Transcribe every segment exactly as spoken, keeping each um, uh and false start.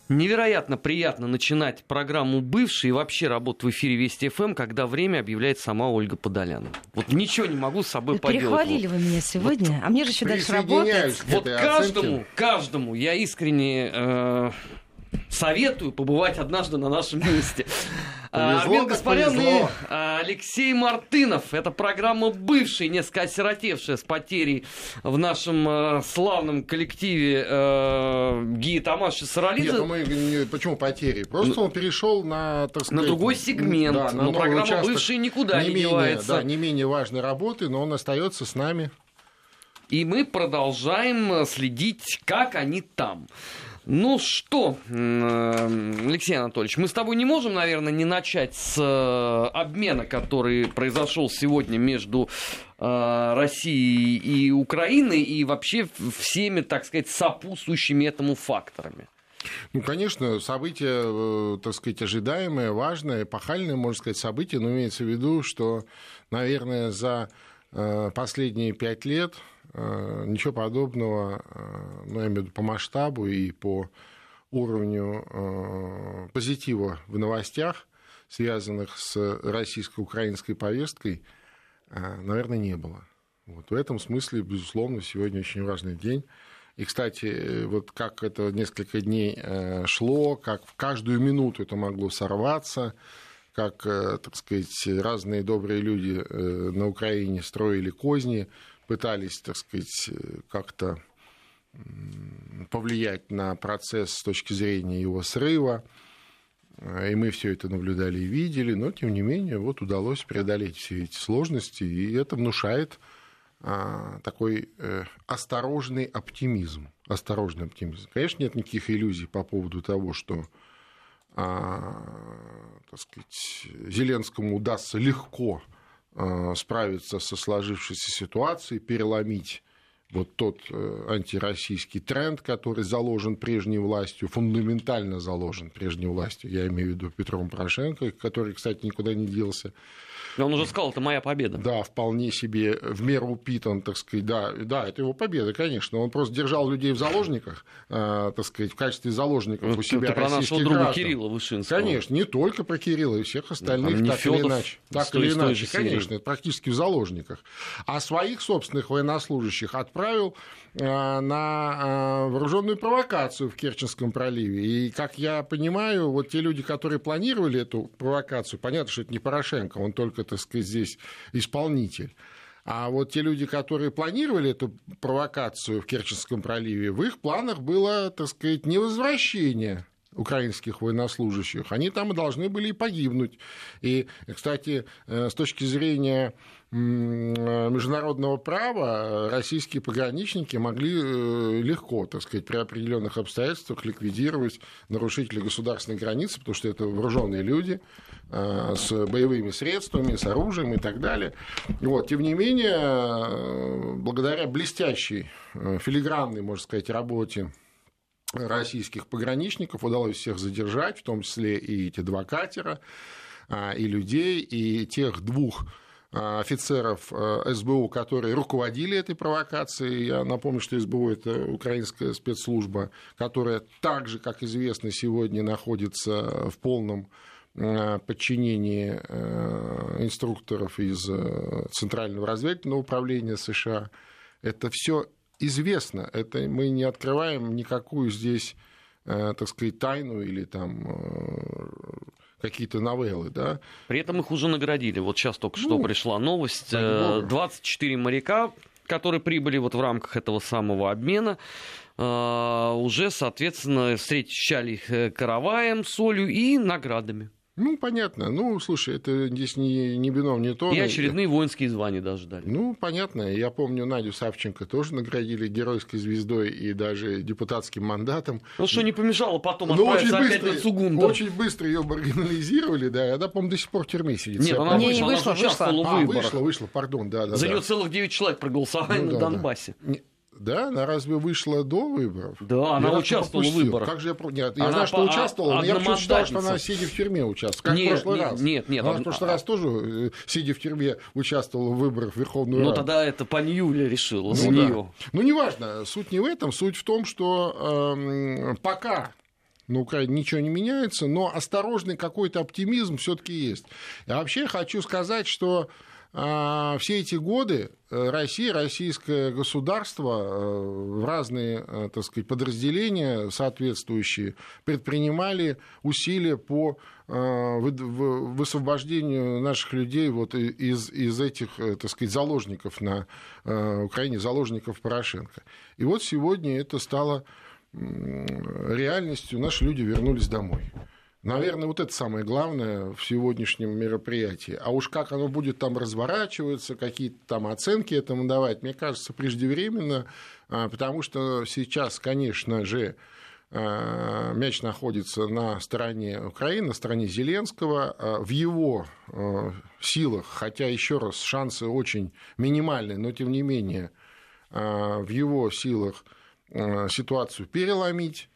Невероятно приятно начинать программу «Бывший» и вообще работу в эфире Вести эф эм, когда время объявляет сама Ольга Подоляна. Вот ничего не могу с собой поделать. Перехвалили вы меня сегодня, вот, а мне же еще дальше работать. Вот каждому, каждому я искренне э, советую побывать однажды на нашем месте. Армен Гаспарян и Алексей Мартынов. Это программа «Бывший», несколько осиротевшая с потерей в нашем э, славном коллективе э, Гии Тамаши Саралидзе. Нет, ну мы, почему потери? Просто он перешел на, так сказать, на другой сегмент. Да, на но программа участок, «Бывший» никуда не, не менее, девается. Да, не менее важной работы, но он остается с нами. И мы продолжаем следить, как они там. Ну что, Алексей Анатольевич, мы с тобой не можем, наверное, не начать с обмена, который произошел сегодня между Россией и Украиной и вообще всеми, так сказать, сопутствующими этому факторами. Ну, конечно, событие, так сказать, ожидаемое, важное, эпохальное, можно сказать, событие, но имеется в виду, что, наверное, за последние пять лет ничего подобного, ну, я имею в виду по масштабу и по уровню позитива в новостях, связанных с российско-украинской повесткой, наверное, не было. Вот в этом смысле, безусловно, сегодня очень важный день. И, кстати, вот как это несколько дней шло, как в каждую минуту это могло сорваться, как, так сказать, разные добрые люди на Украине строили козни, пытались, так сказать, как-то повлиять на процесс с точки зрения его срыва. И мы все это наблюдали и видели, но, тем не менее, вот удалось преодолеть все эти сложности, и это внушает а, такой э, осторожный оптимизм. Осторожный оптимизм. Конечно, нет никаких иллюзий по поводу того, что а, так сказать, Зеленскому удастся легко справиться со сложившейся ситуацией, переломить вот тот антироссийский тренд, который заложен прежней властью, фундаментально заложен прежней властью, я имею в виду Петром Порошенко, который, кстати, никуда не делся. Он уже сказал, это моя победа. Да, вполне себе в меру упитан, так сказать, да, да, это его победа, конечно. Он просто держал людей в заложниках, э, так сказать, в качестве заложников у себя российских граждан. Ты про нашего друга граждан. Кирилла Вышинского. Конечно, не только про Кирилла, и всех остальных, ну, так Фёдов, или иначе. Так или иначе, конечно, это практически в заложниках. А своих собственных военнослужащих отправил э, на э, вооруженную провокацию в Керченском проливе. И, как я понимаю, вот те люди, которые планировали эту провокацию, понятно, что это не Порошенко, он только, так сказать, здесь исполнитель. А вот те люди, которые планировали эту провокацию в Керченском проливе, в их планах было, так сказать, невозвращение украинских военнослужащих. Они там и должны были и погибнуть. И, кстати, с точки зрения международного права российские пограничники могли легко, так сказать, при определенных обстоятельствах ликвидировать нарушителей государственной границы, потому что это вооруженные люди с боевыми средствами, с оружием и так далее. Вот. Тем не менее, благодаря блестящей, филигранной, можно сказать, работе российских пограничников удалось всех задержать, в том числе и эти два катера, и людей, и тех двух офицеров эс бэ у, которые руководили этой провокацией. Я напомню, что эс бэ у – это украинская спецслужба, которая так же, как известно, сегодня находится в полном подчинении инструкторов из Центрального разведывательного управления США. Это все известно. Это мы не открываем никакую здесь, так сказать, тайну или там какие-то новеллы, да. При этом их уже наградили. Вот сейчас только ну, что пришла новость. двадцать четыре моряка, которые прибыли вот в рамках этого самого обмена, уже, соответственно, встречали их караваем, солью и наградами. Ну, понятно. Ну, слушай, это здесь не, не вином, не то. И очередные воинские звания даже дали. Ну, понятно. Я помню, Надю Савченко тоже наградили геройской звездой и даже депутатским мандатом. Ну, что не помешало потом отправиться опять на Цугунду. Очень быстро ее маргинализировали, да, она, по-моему, до сих пор в тюрьме сидит. Нет, она, не, вышла, не она вышла, участвовала вышла. в выборах. А, вышла, вышла, пардон, да, да. За да. нее целых девять человек проголосовали ну, на да, Донбассе. Да. Да, она разве вышла до выборов? Да, она я участвовала в выборах. Как же я... Нет, я она знаю, что по... участвовала, но я почему-то считал, что она, сидя в тюрьме, участвовала. Как нет, в прошлый нет, раз. Нет, нет. Она он... в прошлый раз тоже, сидя в тюрьме, участвовала в выборах в Верховную Раду. Раду. Ну, тогда это пани Юля решила ну, за да. нее. Ну, неважно. Суть не в этом. Суть в том, что э, пока на Украине ничего не меняется, но осторожный какой-то оптимизм все-таки есть. И вообще хочу сказать, что э, все эти годы Россия, российское государство, э, разные, э, так сказать, подразделения соответствующие предпринимали усилия по высвобождению наших людей вот из, из этих, так сказать, заложников на Украине, заложников Порошенко. И вот сегодня это стало реальностью, наши люди вернулись домой. Наверное, вот это самое главное в сегодняшнем мероприятии. А уж как оно будет там разворачиваться, какие-то там оценки этому давать, мне кажется, преждевременно, потому что сейчас, конечно же, мяч находится на стороне Украины, на стороне Зеленского, в его силах, хотя, еще раз, шансы очень минимальные, но, тем не менее, в его силах ситуацию переломить,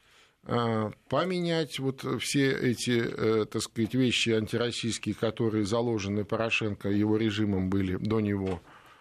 поменять вот все эти, так сказать, вещи антироссийские, которые заложены Порошенко и его режимом были до него.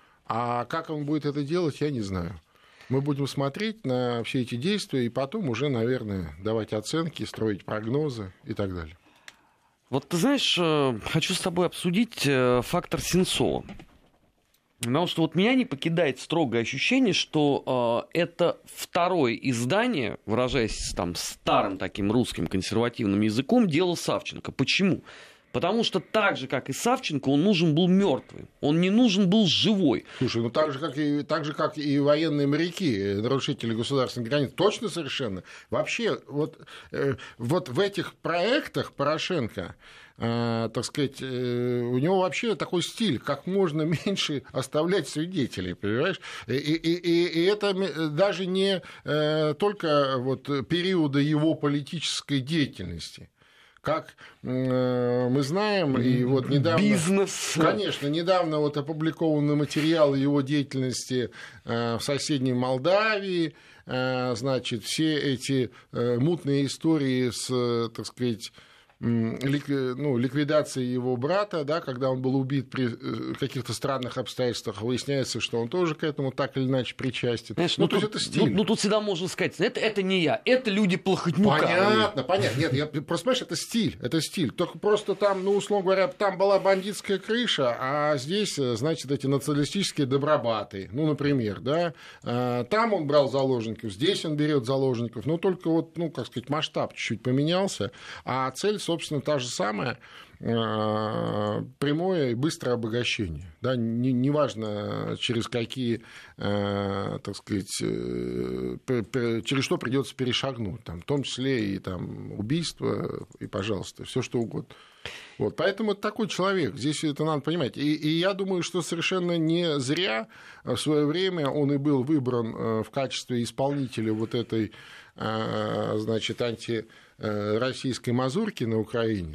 А как он будет это делать, я не знаю. Мы будем смотреть на все эти действия и потом уже, наверное, давать оценки, строить прогнозы и так далее. Вот ты знаешь, хочу с тобой обсудить фактор Сенцова. Потому что вот меня не покидает строгое ощущение, что э, это второе издание, выражаясь там старым таким русским консервативным языком, дело Савченко. Почему? Потому что так же, как и Савченко, он нужен был мертвым. Он не нужен был живой. Слушай, ну так же, как и, так же, как и военные моряки, нарушители государственных границ, точно совершенно. Вообще, вот, э, вот в этих проектах Порошенко, э, так сказать, э, у него вообще такой стиль, как можно меньше оставлять свидетелей, понимаешь? И, и, и, и это даже не э, только вот периода его политической деятельности. Как э, мы знаем, и вот недавно... Бизнес. Конечно, недавно вот опубликованы материалы его деятельности э, в соседней Молдавии, э, значит, все эти э, мутные истории с, э, так сказать, ликви... ну, ликвидацией его брата, да, когда он был убит при каких-то странных обстоятельствах, выясняется, что он тоже к этому так или иначе причастен. Знаешь, ну, ну, то тут, есть это стиль. Ну, ну, тут всегда можно сказать, это, это не я, это люди плохотнюка. Понятно, понятно. Нет, я просто, понимаешь, это стиль, это стиль. Только просто там, ну, условно говоря, там была бандитская крыша, а здесь, значит, эти националистические добробаты, ну, например, да. Там он брал заложников, здесь он берет заложников, но только вот, ну, как сказать, масштаб чуть-чуть поменялся, а цель, собственно, та же самая, прямое и быстрое обогащение. Да, неважно, через какие, так сказать, через что придется перешагнуть, там, в том числе и там, убийство, и, пожалуйста, все что угодно. Вот, поэтому это такой человек, здесь это надо понимать. И, и я думаю, что совершенно не зря в свое время он и был выбран в качестве исполнителя вот этой, значит, антироссийской мазурки на Украине.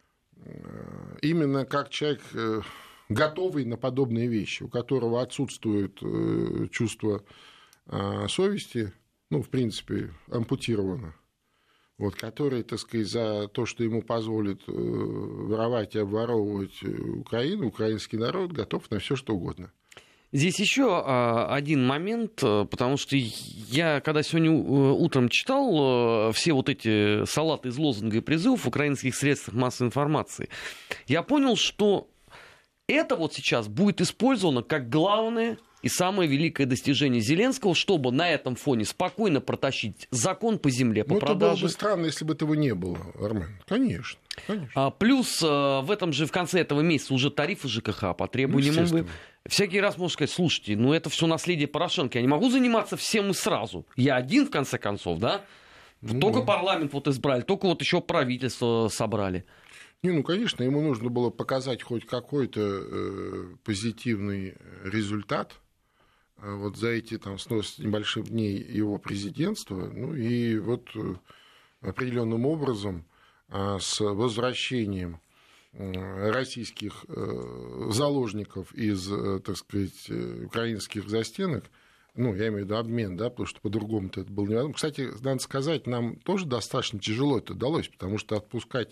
Именно как человек, готовый на подобные вещи, у которого отсутствует чувство совести, ну, в принципе, ампутировано, вот, который, так сказать, за то, что ему позволит воровать и обворовывать Украину, украинский народ, готов на все что угодно. Здесь еще один момент, потому что я, когда сегодня утром читал все вот эти салаты из лозунга и призывов в украинских средствах массовой информации, я понял, что это вот сейчас будет использовано как главное и самое великое достижение Зеленского, чтобы на этом фоне спокойно протащить закон по земле, по ну, продаже. Это было бы странно, если бы этого не было, Армен. Конечно. Конечно. А, плюс в этом же, в конце этого месяца уже тарифы ЖКХ по требованиям. Ну, всякий раз можно сказать, слушайте, ну это все наследие Порошенко, я не могу заниматься всем и сразу. Я один, в конце концов, да? Ну, только да. Парламент вот избрали, только вот еще правительство собрали. Не, ну, конечно, ему нужно было показать хоть какой-то э, позитивный результат вот за эти там, с небольших дней его президентства. Ну и вот определенным образом с возвращением российских заложников из, так сказать, украинских застенок, ну, я имею в виду обмен, да, потому что по-другому-то это было невозможно. Кстати, надо сказать, нам тоже достаточно тяжело это удалось, потому что отпускать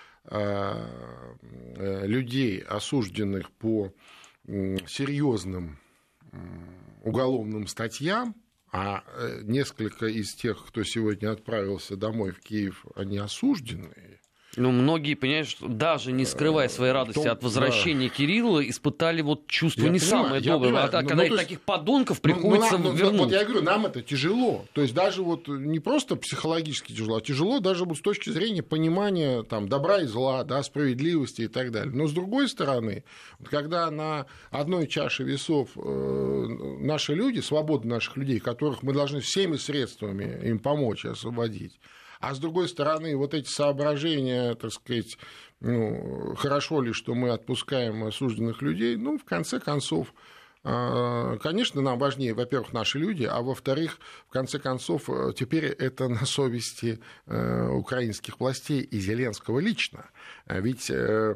людей, осужденных по серьезным уголовным статьям, А несколько из тех, кто сегодня отправился домой в Киев, они осужденные. Ну, многие, понимаешь, даже не скрывая своей радости том, от возвращения да. Кирилла, испытали вот чувство я не понимаю, самое доброе. А ну, когда ну, таких есть, подонков приходится ну, ну, вернуть. Ну, вот я говорю, нам это тяжело. То есть даже вот не просто психологически тяжело, а тяжело даже вот с точки зрения понимания там, добра и зла, да, справедливости и так далее. Но с другой стороны, когда на одной чаше весов э, наши люди, свобода наших людей, которых мы должны всеми средствами им помочь освободить, а с другой стороны, вот эти соображения, так сказать, ну, хорошо ли, что мы отпускаем осужденных людей, ну, в конце концов, конечно, нам важнее, во-первых, наши люди, а во-вторых, в конце концов, теперь это на совести украинских властей и Зеленского лично. Ведь все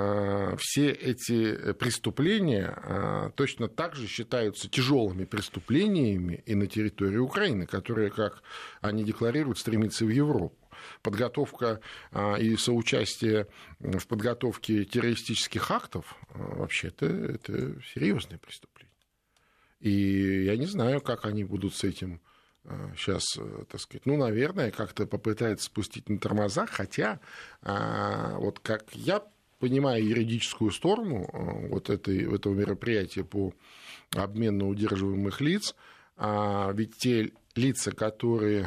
эти преступления точно так же считаются тяжелыми преступлениями и на территории Украины, которые, как они декларируют, стремятся в Европу. Подготовка и соучастие в подготовке террористических актов вообще-то это серьезное преступление. И я не знаю, как они будут с этим сейчас, так сказать, ну, наверное, как-то попытаются спустить на тормоза, хотя вот как я понимаю юридическую сторону вот этой, этого мероприятия по обмену удерживаемых лиц, ведь те лица, которые...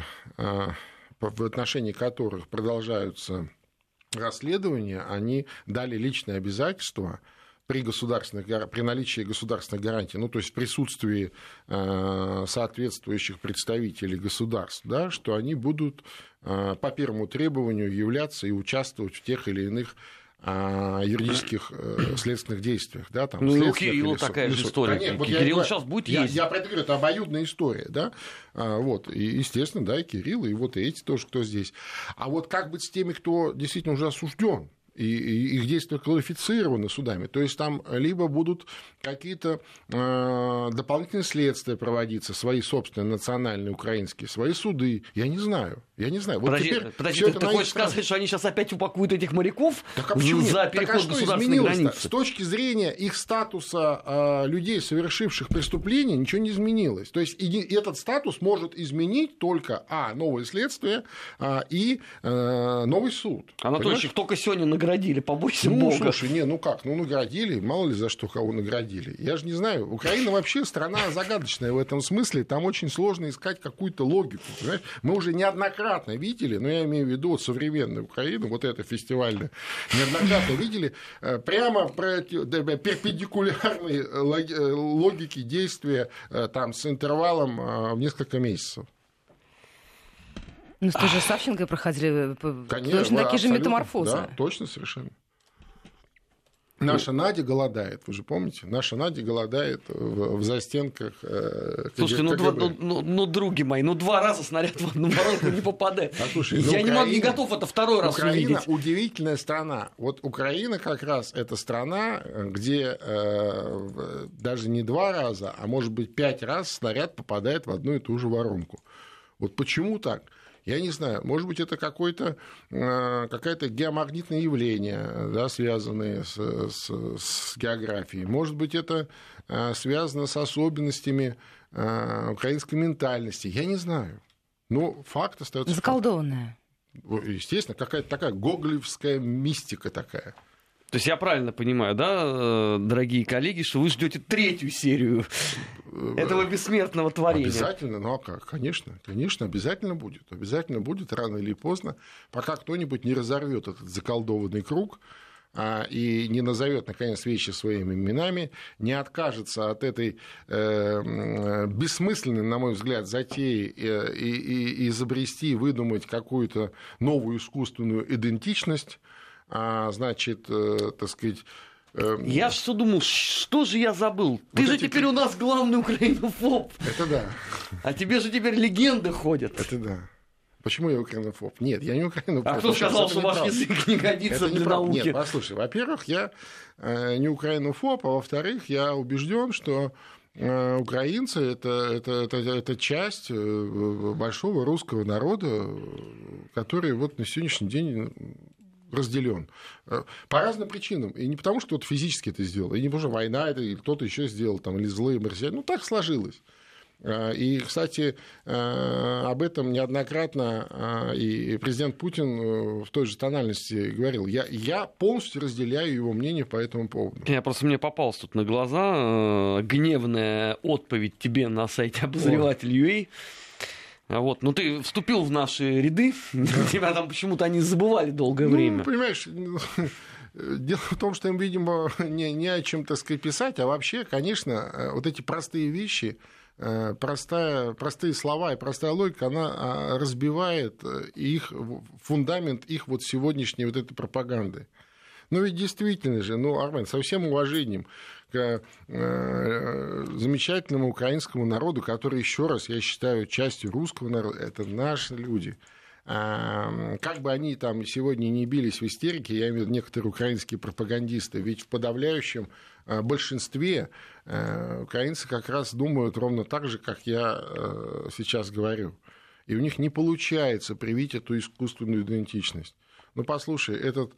в отношении которых продолжаются расследования, они дали личное обязательство при, государственных, при наличии государственных гарантий, ну, то есть в присутствии соответствующих представителей государств, да, что они будут по первому требованию являться и участвовать в тех или иных юридических э, следственных действиях. Да, там, ну, и у Кирилла такая же история. Конечно, вот Кирилл я, сейчас будет я, ездить. Я про это говорю, это обоюдная история. Да? А, вот, и, естественно, да, и Кирилл, и вот эти тоже, кто здесь. А вот как быть с теми, кто действительно уже осужден? И их действия квалифицированы судами. То есть там либо будут какие-то э, дополнительные следствия проводиться, свои собственные национальные украинские, свои суды. Я не знаю. Я не знаю. Вот подожди, подожди ты, ты хочешь стран... сказать, что они сейчас опять упакуют этих моряков так, а почему за нет? переход так, а что государственной границы? С точки зрения их статуса э, людей, совершивших преступления, ничего не изменилось. То есть и этот статус может изменить только а, новое следствие а, и а, новый суд. Анатольевич, их только сегодня наградили, побойся ну, Бога. Слушай, не, ну как, ну наградили, мало ли за что кого наградили. Я же не знаю, Украина вообще страна загадочная в этом смысле, там очень сложно искать какую-то логику. Понимаешь? Мы уже неоднократно видели, ну я имею в виду вот современную Украину, вот это фестивальное, неоднократно видели прямо перпендикулярной логике действия там с интервалом в несколько месяцев. Ну, с той же Савченко проходили Конечно, точно такие же метаморфозы. Да, точно, совершенно. Наша Надя голодает, вы же помните? Наша Надя голодает в, в застенках э, Слушайте, ну, два, ну, ну, ну, други мои, ну два раза снаряд в одну воронку не попадает. Послушай, Я не, могу, не готов это второй раз Украина увидеть. Удивительная страна. Вот Украина как раз это страна, где э, даже не два раза, а может быть пять раз снаряд попадает в одну и ту же воронку. Вот почему так? Я не знаю, может быть, это какое-то, какое-то геомагнитное явление, да, связанное с, с, с географией. Может быть, это связано с особенностями украинской ментальности. Я не знаю. Но факт остается. Заколдованная. Естественно, какая-то такая гоголевская мистика такая. То есть я правильно понимаю, да, дорогие коллеги, что вы ждете третью серию этого бессмертного творения? Обязательно, ну а как? Конечно, конечно, обязательно будет. Обязательно будет, рано или поздно, пока кто-нибудь не разорвет этот заколдованный круг и не назовет, наконец, вещи своими именами, не откажется от этой э, бессмысленной, на мой взгляд, затеи и, и, и изобрести, выдумать какую-то новую искусственную идентичность. А, значит, э, так сказать... Э, я все думал, что же я забыл? Ты вот же эти... теперь у нас главный украинофоб. Это да. А тебе же теперь легенды ходят. Это да. Почему я украинофоб? Нет, я не украинофоб. А кто сказал, что ваш язык не годится для науки? Нет, послушай, во-первых, я не украинофоб, а во-вторых, я убежден, что украинцы это, это, это, это часть большого русского народа, который вот на сегодняшний день разделен. По разным причинам. И не потому, что кто-то физически это сделал, и не потому, что война это, или кто-то еще сделал, там, или злые марсиане. Ну, так сложилось. И, кстати, об этом неоднократно и президент Путин в той же тональности говорил. Я, я полностью разделяю его мнение по этому поводу. Я просто мне попалась тут на глаза гневная отповедь тебе на сайте обозреватель точка ю а. Вот, ну ты вступил в наши ряды, тебя там почему-то они забывали долгое время. Ну, понимаешь, дело в том, что им, видимо, не, не о чем, так сказать, писать, а вообще, конечно, вот эти простые вещи, простая, простые слова и простая логика, она разбивает их, фундамент их вот сегодняшней вот этой пропаганды. Ну ведь действительно же, ну, Армен, со всем уважением к э, замечательному украинскому народу, который, еще раз, я считаю, частью русского народа, это наши люди. А, как бы они там сегодня не бились в истерике, я имею в виду некоторые украинские пропагандисты, ведь в подавляющем большинстве украинцы как раз думают ровно так же, как я сейчас говорю. И у них не получается привить эту искусственную идентичность. Ну, послушай, этот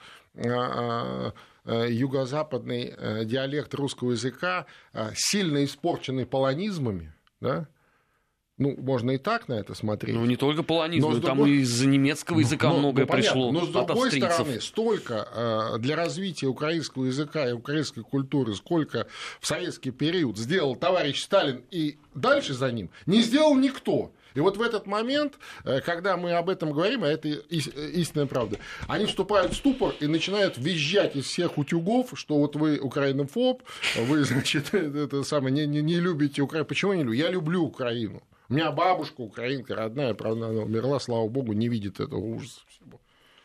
юго-западный диалект русского языка, сильно испорченный полонизмами, да? Ну, можно и так на это смотреть. Ну, не только полонизм, но там другой... из немецкого языка ну, многое ну, пришло. Но, с другой от австрийцев. стороны, столько для развития украинского языка и украинской культуры, сколько в советский период сделал товарищ Сталин и дальше за ним, не сделал никто. И вот в этот момент, когда мы об этом говорим, а это истинная правда, они вступают в ступор и начинают визжать из всех утюгов, что вот вы украинофоб, вы, значит, это самое, не, не, не любите Украину. Почему я не люблю? Я люблю Украину. У меня бабушка украинка, родная, правда, она умерла, слава богу, не видит этого ужаса всего.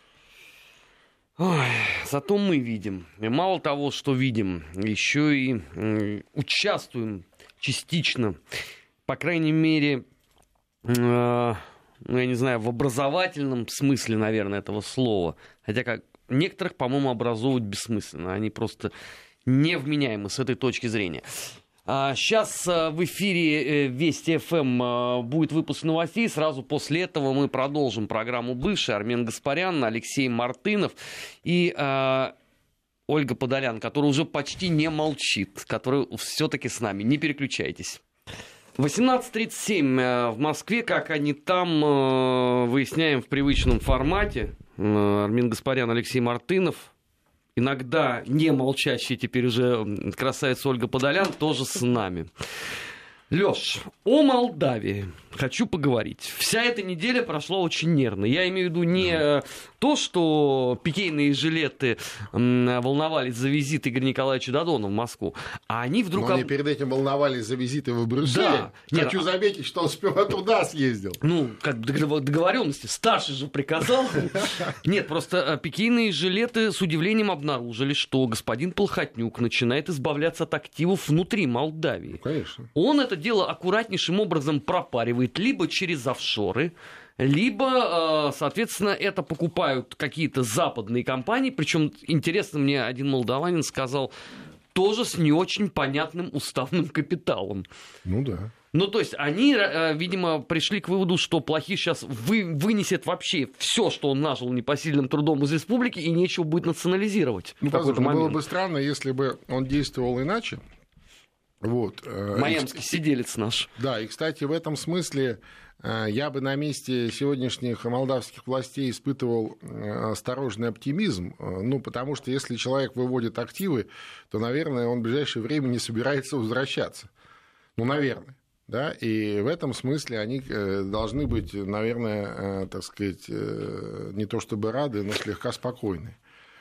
Ой, зато мы видим. И мало того, что видим, еще и м, участвуем частично, по крайней мере, э, ну, я не знаю, в образовательном смысле, наверное, этого слова. Хотя как некоторых, по-моему, образовывать бессмысленно. Они просто невменяемы с этой точки зрения. Сейчас в эфире Вести ФМ будет выпуск новостей. Сразу после этого мы продолжим программу «Бывший». Армен Гаспарян, Алексей Мартынов и э, Ольга Подолян, которая уже почти не молчит, которая все-таки с нами. Не переключайтесь. восемнадцать тридцать семь в Москве. Как они там, выясняем в привычном формате. Армен Гаспарян, Алексей Мартынов. Иногда не молчащий теперь уже красавица Ольга Подолян тоже с нами. Лёш, о Молдавии хочу поговорить. Вся эта неделя прошла очень нервно. Я имею в виду не да. то, что пикейные жилеты волновались за визит Игоря Николаевича Додона в Москву, а они вдруг... Но они перед этим волновались за визиты в Брюссель. Да. Хочу Нет, заметить, что он сперва туда съездил. Ну, как договоренности. Старший же приказал. Нет, просто пикейные жилеты с удивлением обнаружили, что господин Плохотнюк начинает избавляться от активов внутри Молдавии. Ну, конечно. Он это дело аккуратнейшим образом пропаривает либо через офшоры, либо, соответственно, это покупают какие-то западные компании. Причем, интересно, мне один молдаванин сказал, тоже с не очень понятным уставным капиталом. Ну да. Ну, то есть, они, видимо, пришли к выводу, что Плохий сейчас вы, вынесет вообще все, что он нажил непосильным трудом из республики, и нечего будет национализировать. Ну, послушай, было бы странно, если бы он действовал иначе. Вот. Маемский и, сиделец наш. Да, и, кстати, в этом смысле я бы на месте сегодняшних молдавских властей испытывал осторожный оптимизм, ну, потому что если человек выводит активы, то, наверное, он в ближайшее время не собирается возвращаться. Ну, наверное. Да? И в этом смысле они должны быть, наверное, так сказать, не то чтобы рады, но слегка спокойны.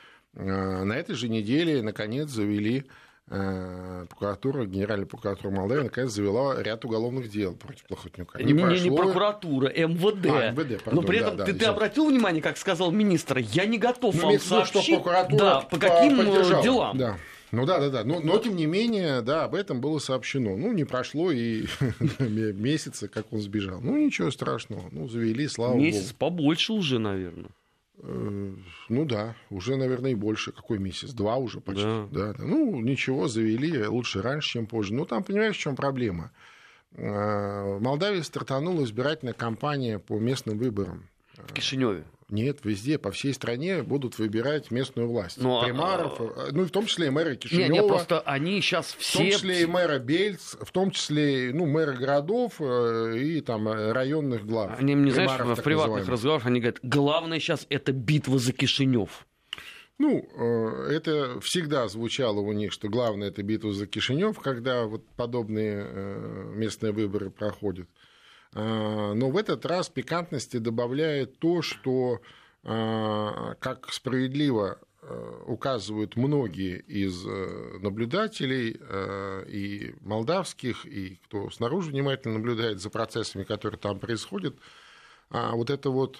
На этой же неделе, наконец, завели... прокуратура, Генеральная прокуратура Молдавии наконец завела ряд уголовных дел против Плохотнюка. Не, не, прошло... не прокуратура, МВД. А, МВД пардон, но при этом да, ты, да, ты обратил внимание, как сказал министр, я не готов ну, вам сообщить, да, по каким поддержала. делам. Да. Ну да, да, да. Но, но тем не менее, да, об этом было сообщено. Ну, не прошло и месяца, как он сбежал. Ну, ничего страшного. Ну, завели, слава Месяц богу. Месяц побольше уже, наверное. Ну да, уже, наверное, и больше. Какой месяц? Два уже почти. Да. Да, да. Ну, ничего, завели. Лучше раньше, чем позже. Ну, там, понимаешь, в чем проблема? В Молдавии стартанула избирательная кампания по местным выборам. В Кишиневе. Нет, везде, по всей стране будут выбирать местную власть. Но, Примаров, а... ну, в том числе и мэра Кишинева. Нет, нет, просто они сейчас все... В том числе и мэра Бельц, в том числе ну, мэры городов и там, районных глав. Они мне, знаешь, в приватных разговорах они говорят, главное сейчас это битва за Кишинев. Ну, это всегда звучало у них, что главное это битва за Кишинев, когда вот подобные местные выборы проходят. Но в этот раз пикантности добавляет то, что, как справедливо указывают многие из наблюдателей, и молдавских, и кто снаружи внимательно наблюдает за процессами, которые там происходят, вот это вот...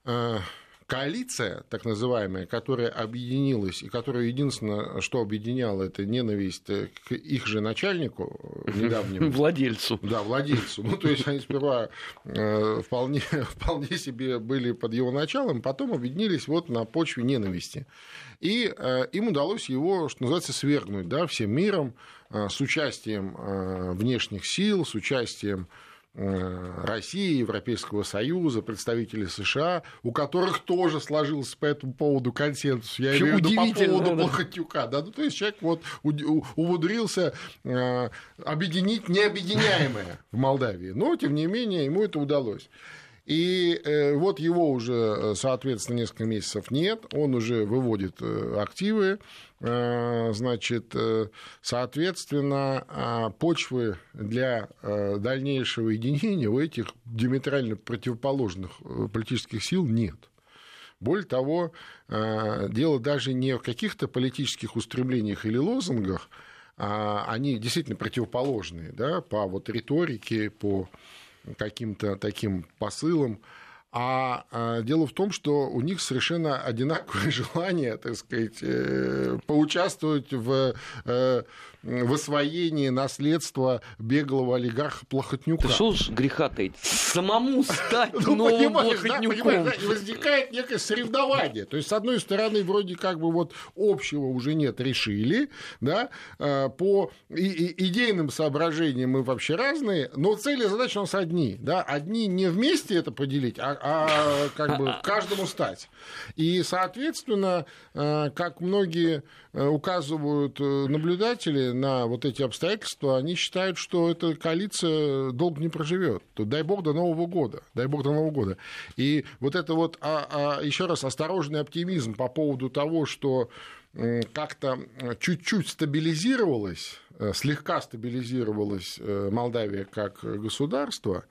Коалиция, так называемая, которая объединилась, и которая единственное, что объединяло, это ненависть к их же начальнику недавнему. Владельцу. Да, владельцу. Ну, то есть они сперва вполне, вполне себе были под его началом, потом объединились вот на почве ненависти. И им удалось его, что называется, свергнуть, да, всем миром, с участием внешних сил, с участием России, Европейского Союза, представителей США, у которых тоже сложился по этому поводу консенсус. Я имею в виду по поводу Плохотнюка. Да? Ну, то есть человек вот умудрился объединить необъединяемое в Молдавии. Но, тем не менее, ему это удалось. И вот его уже, соответственно, несколько месяцев нет, он уже выводит активы, значит, соответственно, почвы для дальнейшего единения у этих диаметрально противоположных политических сил нет. Более того, дело даже не в каких-то политических устремлениях или лозунгах, они действительно противоположные, да, по вот риторике, по каким-то таким посылам. А дело в том, что у них совершенно одинаковое желание, так сказать, поучаствовать в в освоении наследства беглого олигарха Плохотнюка. Да что ж греха таить, самому стать новым Плохотнюком. И возникает некое соревнование. То есть, с одной стороны, вроде как бы вот общего уже нет, решили, да, по идейным соображениям мы вообще разные, но цели и задачи у нас одни, да, одни не вместе это поделить, а, а как бы каждому стать. И, соответственно, как многие указывают наблюдатели на вот эти обстоятельства, они считают, что эта коалиция долго не проживет. Дай бог до Нового года. Дай бог до Нового года. И вот это вот, а, а, еще раз, осторожный оптимизм по поводу того, что как-то чуть-чуть стабилизировалась, слегка стабилизировалась Молдавия как государство,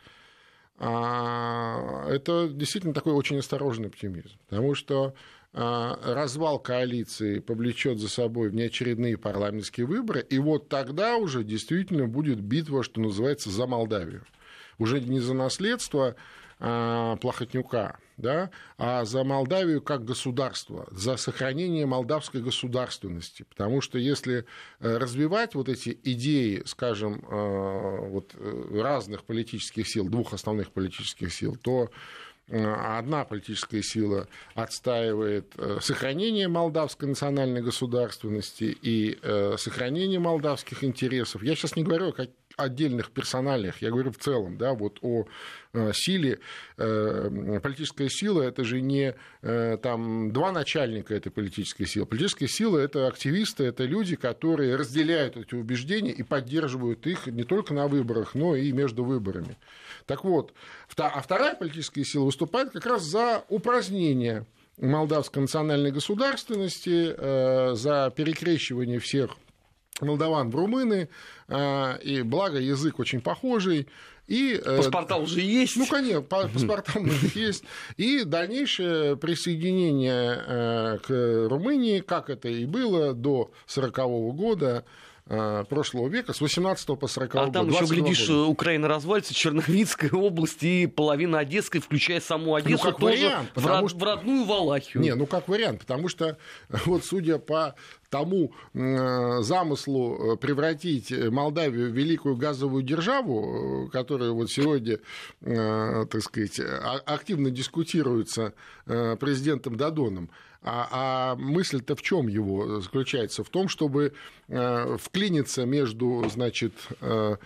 это действительно такой очень осторожный оптимизм. Потому что развал коалиции повлечет за собой внеочередные парламентские выборы, и вот тогда уже действительно будет битва, что называется, за Молдавию. Уже не за наследство Плохотнюка, да, а за Молдавию как государство, за сохранение молдавской государственности. Потому что если развивать вот эти идеи, скажем, вот разных политических сил, двух основных политических сил, то одна политическая сила отстаивает сохранение молдавской национальной государственности и сохранение молдавских интересов. Я сейчас не говорю о отдельных персоналиях, я говорю в целом, да, вот о силе. Политическая сила – это же не там два начальника этой политической силы. Политическая сила – это активисты, это люди, которые разделяют эти убеждения и поддерживают их не только на выборах, но и между выборами. Так вот, а вторая политическая сила выступает как раз за упразднение молдавской национальной государственности, за перекрещивание всех молдаван в румыны, и благо язык очень похожий. И, паспорта уже есть. Ну, конечно, паспорта у них есть. И дальнейшее присоединение к Румынии, как это и было до сорокового года прошлого века, с восемнадцатого по сороковой год. А там еще, глядишь, года. Украина развалится, Черновицкая область и половина Одесской, включая саму Одессу, ну, тоже вариант, в, род... что... в родную Валахию. Не, ну как вариант, потому что, вот судя по тому замыслу превратить Молдавию в великую газовую державу, которая вот сегодня, так сказать, активно дискутируется президентом Додоном, А, а мысль-то в чем его заключается? В том, чтобы вклиниться между, значит,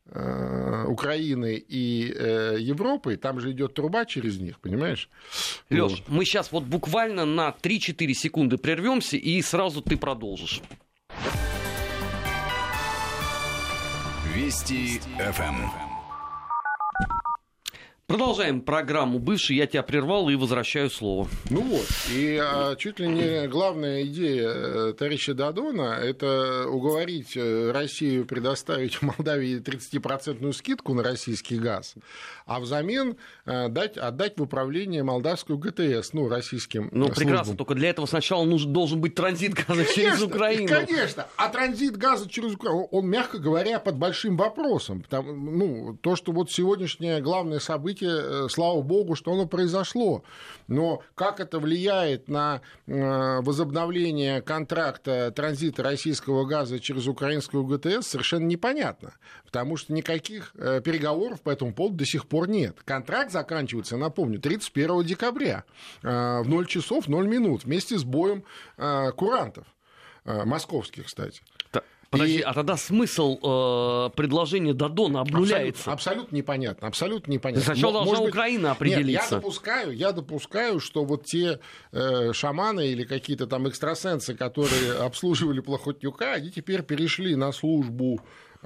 Украины и Европы, там же идет труба через них, понимаешь? Лёш, вот. Мы сейчас вот буквально на три-четыре секунды прервемся, и сразу ты продолжишь. Вести эф эм. Продолжаем программу «Бывший». Я тебя прервал и возвращаю слово. Ну вот, и а, чуть ли не главная идея товарища Додона – это уговорить Россию предоставить Молдавии тридцатипроцентную скидку на российский газ, а взамен а, дать, отдать в управление молдавскую ГТС, ну, российским Ну, службам. прекрасно, только для этого сначала нужен, должен быть транзит газа конечно, через Украину. Конечно, а транзит газа через Украину, он, мягко говоря, под большим вопросом. Потому, ну, то, что вот сегодняшнее главное событие, слава богу, что оно произошло. Но как это влияет на возобновление контракта транзита российского газа через украинскую ГТС, совершенно непонятно. Потому что никаких переговоров по этому поводу до сих пор нет. Контракт заканчивается, напомню, тридцать первого декабря в ноль часов ноль минут вместе с боем курантов. Московских, кстати. Подожди, и... а тогда смысл э, предложения Додона обнуляется? Абсолютно, абсолютно непонятно, абсолютно непонятно. Сначала Но, должна быть... Украина определиться. Нет, я допускаю, я допускаю, что вот те э, шаманы или какие-то там экстрасенсы, которые обслуживали Плохотнюка, они теперь перешли на службу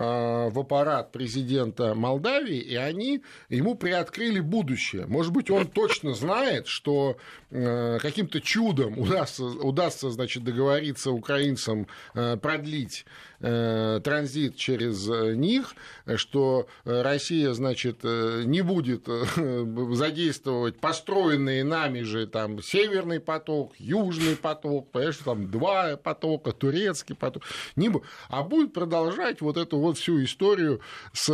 в аппарат президента Молдавии, и они ему приоткрыли будущее. Может быть, он точно знает, что каким-то чудом удастся, удастся значит, договориться украинцам продлить транзит через них, что Россия, значит, не будет задействовать построенные нами же там Северный поток, Южный поток, понимаешь, там два потока, Турецкий поток, не будет, а будет продолжать вот эту вот всю историю с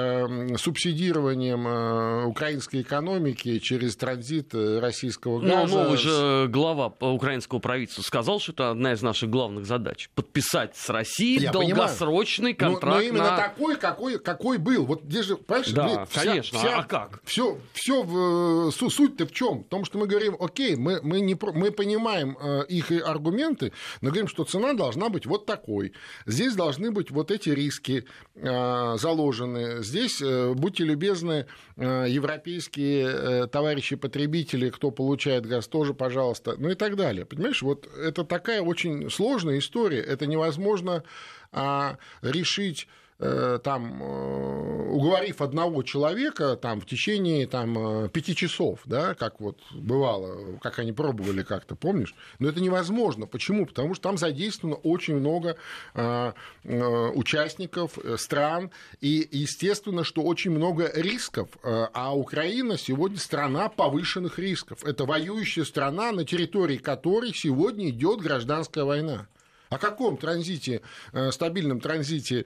э, субсидированием э, украинской экономики через транзит российского газа. Ну, новый же глава украинского правительства сказал, что это одна из наших главных задач. Подписать с Россией Я долгосрочный понимаю. контракт. Но, но именно на... такой, какой, какой был. Вот здесь же, понимаешь, да, вся, конечно. Вся, а как? Все, все в, суть-то в чем? В том, что мы говорим, окей, мы, мы, не, мы понимаем э, их аргументы, но говорим, что цена должна быть вот такой. Здесь должны быть вот эти риски э, заложены. Здесь, э, будьте любезны, э, европейские э, товарищи-потребители, кто получает газ, тоже, пожалуйста, ну и так далее. Понимаешь, вот это такая очень сложная история. Это невозможно а, решить там, уговорив одного человека там, в течение там, пяти часов, да, как вот бывало, как они пробовали как-то, помнишь? Но это невозможно. Почему? Потому что там задействовано очень много э, э, участников, стран, и естественно, что очень много рисков, а Украина сегодня страна повышенных рисков. Это воюющая страна, на территории которой сегодня идет гражданская война. О каком транзите, стабильном транзите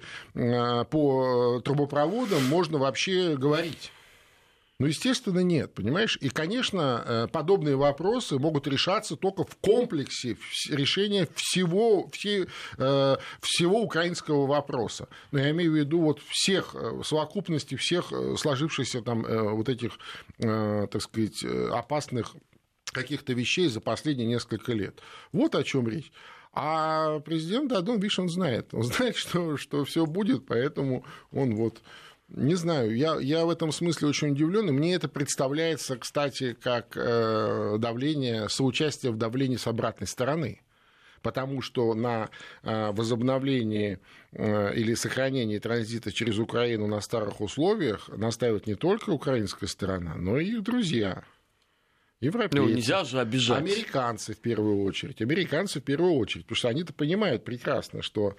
по трубопроводам можно вообще говорить? Ну, естественно, нет, понимаешь? И, конечно, подобные вопросы могут решаться только в комплексе решения всего, все, всего украинского вопроса. Но я имею в виду вот всех, в совокупности всех сложившихся там вот этих, так сказать, опасных каких-то вещей за последние несколько лет. Вот о чем речь. А президент Додон, видишь, он знает. Он знает, что, что все будет, поэтому он вот... Не знаю, я, я в этом смысле очень удивлен, и мне это представляется, кстати, как давление, соучастие в давлении с обратной стороны. Потому что на возобновлении или сохранении транзита через Украину на старых условиях настаивает не только украинская сторона, но и их друзья. Европейцы, ну, нельзя же обижать. Американцы в первую очередь. Американцы в первую очередь. Потому что они-то понимают прекрасно, что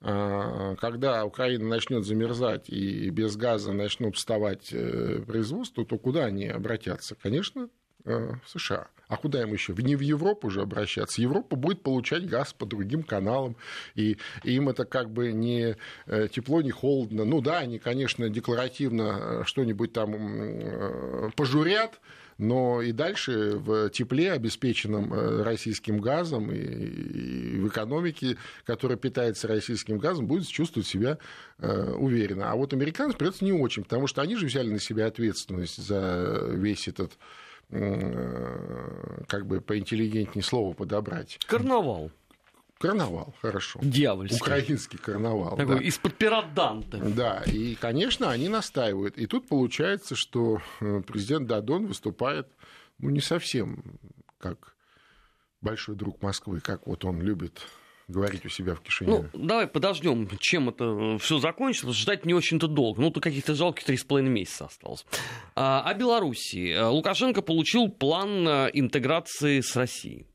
когда Украина начнет замерзать и без газа начнут вставать производство, то куда они обратятся? Конечно, в США. А куда им еще? Не в Европу же обращаться. Европа будет получать газ по другим каналам, и им это как бы не тепло, не холодно. Ну да, они, конечно, декларативно что-нибудь там пожурят, но и дальше в тепле, обеспеченном российским газом, и в экономике, которая питается российским газом, будет чувствовать себя уверенно. А вот американцам придется не очень, потому что они же взяли на себя ответственность за весь этот, как бы поинтеллигентнее слово подобрать. Карнавал. Карнавал, хорошо. Дьявольский. Украинский карнавал. Такой, да. из-под пера Данте. Да, и, конечно, они настаивают. И тут получается, что президент Додон выступает, ну, не совсем как большой друг Москвы, как вот он любит говорить у себя в Кишиневе. Ну, давай подождем, чем это все закончится. Ждать не очень-то долго. Ну, то каких-то жалких три с половиной месяца осталось. А, о Белоруссии. Лукашенко получил план интеграции с Россией.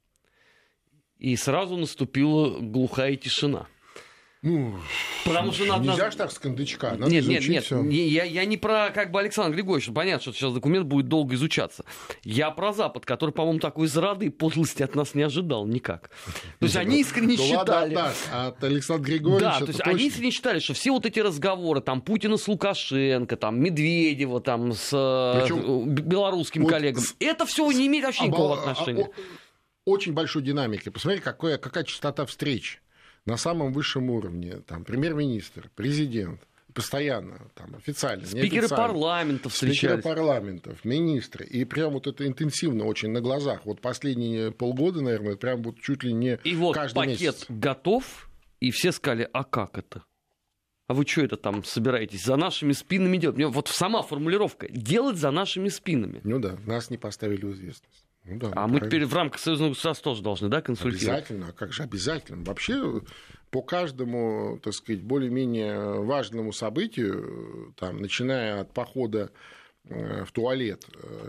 И сразу наступила глухая тишина. Ну, Потому что надо... нельзя же так с кондачка. Надо нет, нет, нет. всё. Я, я не про как бы Александра Григорьевича. Понятно, что сейчас документ будет долго изучаться. Я про Запад, который, по-моему, такой зрады и подлости от нас не ожидал никак. То есть они искренне ну, считали... Ладно, от нас, а от Александра Григорьевича... Да, то есть они искренне считали, что все вот эти разговоры, там, Путина с Лукашенко, там, Медведева, там, с Причем, белорусским вот коллегам, с... это все не имеет вообще обал... никакого отношения. Очень большой динамики. Посмотри, какая, какая частота встреч на самом высшем уровне. Там премьер-министр, президент, постоянно, там, официально, спикеры парламентов встречались. Спикеры парламентов, министры. И прям вот это интенсивно очень на глазах. Вот последние полгода, наверное, прям вот чуть ли не и вот каждый пакет месяц. Готов, и все сказали, а как это? А вы что это там собираетесь за нашими спинами делать? Мне вот сама формулировка «делать за нашими спинами». Ну да, нас не поставили в известность. Ну, да, а мы теперь в рамках союзного государства тоже должны, да, консультировать? Обязательно, а как же обязательно? Вообще по каждому, так сказать, более-менее важному событию, там, начиная от похода в туалет,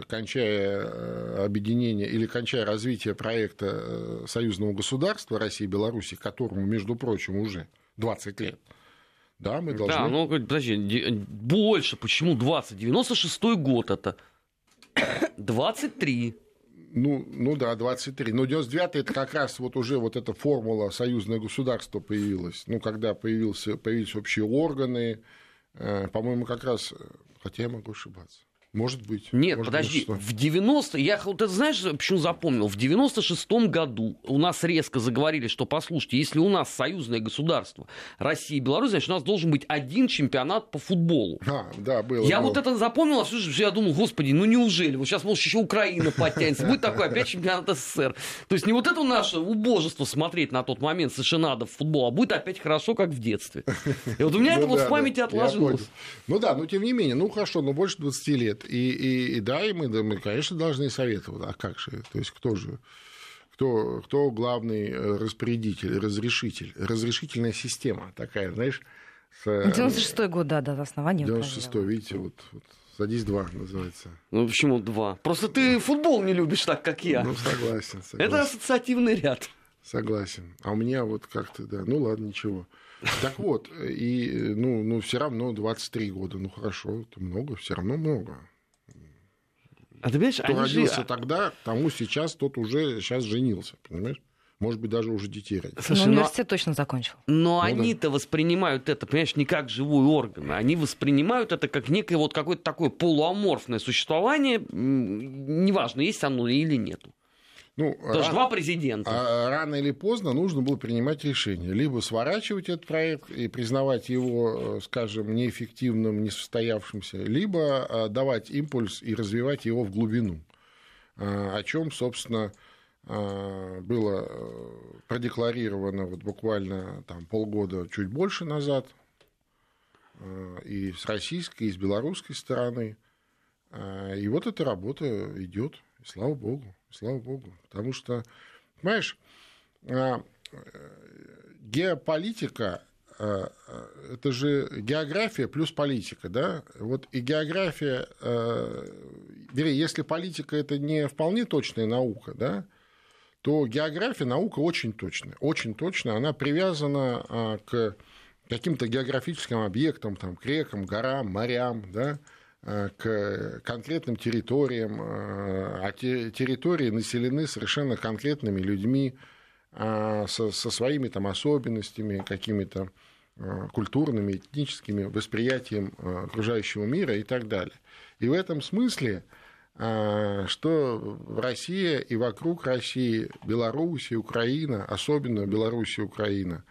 кончая объединение или кончая развитие проекта союзного государства России и Беларуси, которому, между прочим, уже двадцать лет, да, мы должны... Да, ну, подожди, больше, почему двадцать? девяносто шестой год это двадцать три. Ну, ну да, двадцать три. Но девяносто девятый это как раз вот уже вот эта формула союзное государство появилась. Ну, когда появился, появились общие органы, э, по-моему, как раз, хотя я могу ошибаться. Может быть. Нет, может подожди, быть, в девяностом... Я вот это знаешь, почему запомнил? В девяносто шестом году у нас резко заговорили, что, послушайте, если у нас союзное государство Россия и Беларусь, значит, у нас должен быть один чемпионат по футболу. А, да, было. Я было. вот это запомнил, а слушай, я думал, господи, ну неужели? Вот сейчас, может, еще Украина подтянется, будет такой опять чемпионат СССР. То есть не вот это наше убожество смотреть на тот момент совершенно надо в футбол, а будет опять хорошо, как в детстве. И вот у меня это вот в памяти отложилось. Ну да, но тем не менее, ну хорошо, но больше двадцати лет. И, и, и да, и мы, да, мы, конечно, должны советовать. А как же? То есть кто же? Кто, кто главный распорядитель, разрешитель? Разрешительная система такая, знаешь? С... девяносто шестой год, да, да, основания. девяносто шестой, видите, вот, вот «Садись два» называется. Ну почему два? Просто ты футбол не любишь так, как я. Ну, согласен, согласен. Это ассоциативный ряд. Согласен. А у меня вот как-то, да, ну ладно, ничего. Так вот, и, ну, ну все равно двадцать три года, ну хорошо, это много, все равно много. А ты понимаешь, Кто родился же... тогда, тому сейчас тот уже сейчас женился, понимаешь? Может быть, даже уже детей родил. Слушай, ну, университет но... точно закончил. Но ну, они-то да. воспринимают это, понимаешь, не как живой орган. Они воспринимают это как некое вот какое-то такое полуаморфное существование, неважно, есть оно или нету. Ну, Даже рано, два президента. А рано или поздно нужно было принимать решение. Либо сворачивать этот проект и признавать его, скажем, неэффективным, несостоявшимся, либо давать импульс и развивать его в глубину. О чем, собственно, было продекларировано вот буквально там, полгода, чуть больше назад, и с российской, и с белорусской стороны. И вот эта работа идет, и слава богу. Слава богу. Потому что, понимаешь, геополитика – это же география плюс политика, да? Вот и география, вернее, если политика – это не вполне точная наука, да, то география – наука очень точная. Очень точная. Она привязана к каким-то географическим объектам, там, к рекам, горам, морям, да, к конкретным территориям, а те территории населены совершенно конкретными людьми со, со своими там особенностями, какими-то культурными, этническими, восприятием окружающего мира и так далее. И в этом смысле, что Россия и вокруг России, Белоруссия, Украина, особенно Белоруссия и Украина,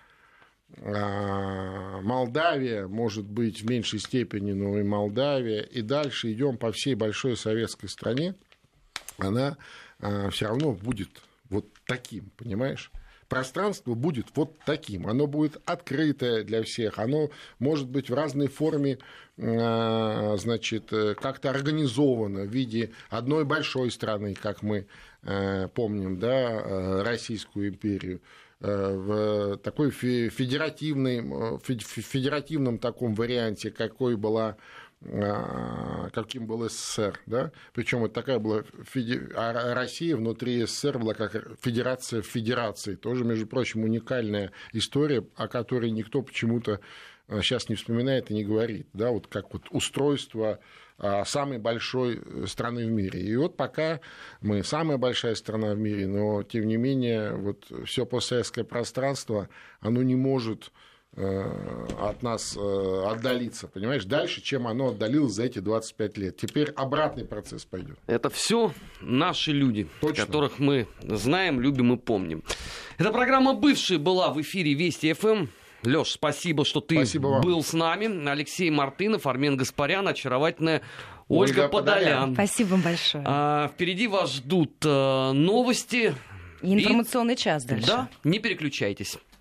Молдавия, может быть, в меньшей степени, но и Молдавия, и дальше идем по всей большой советской стране, она все равно будет вот таким, понимаешь? пространство будет вот таким. Оно будет открытое для всех, оно может быть в разной форме, значит, как-то организовано в виде одной большой страны, как мы помним, да, Российскую империю, в такой федеративной, федеративном таком варианте, какой была, каким был СССР, да? Причем вот такая была феди... а Россия внутри СССР была как федерация в федерации, тоже, между прочим, уникальная история, о которой никто почему-то сейчас не вспоминает и не говорит, да, вот как вот устройство самой большой страны в мире. И вот пока мы самая большая страна в мире, но тем не менее вот все постсоветское пространство, оно не может от нас отдалиться, понимаешь, дальше, чем оно отдалилось за эти двадцать пять лет. Теперь обратный процесс пойдет. Это все наши люди, Точно. Которых мы знаем, любим и помним. Эта программа «Бывший» была в эфире Вести эф эм. Лёш, спасибо, что ты спасибо был вам. С нами. Алексей Мартынов, Армен Гаспарян, очаровательная Ольга, Ольга Подолян. Подолян. Спасибо большое. А, впереди вас ждут а, новости. И информационный и... час дальше. Да, не переключайтесь.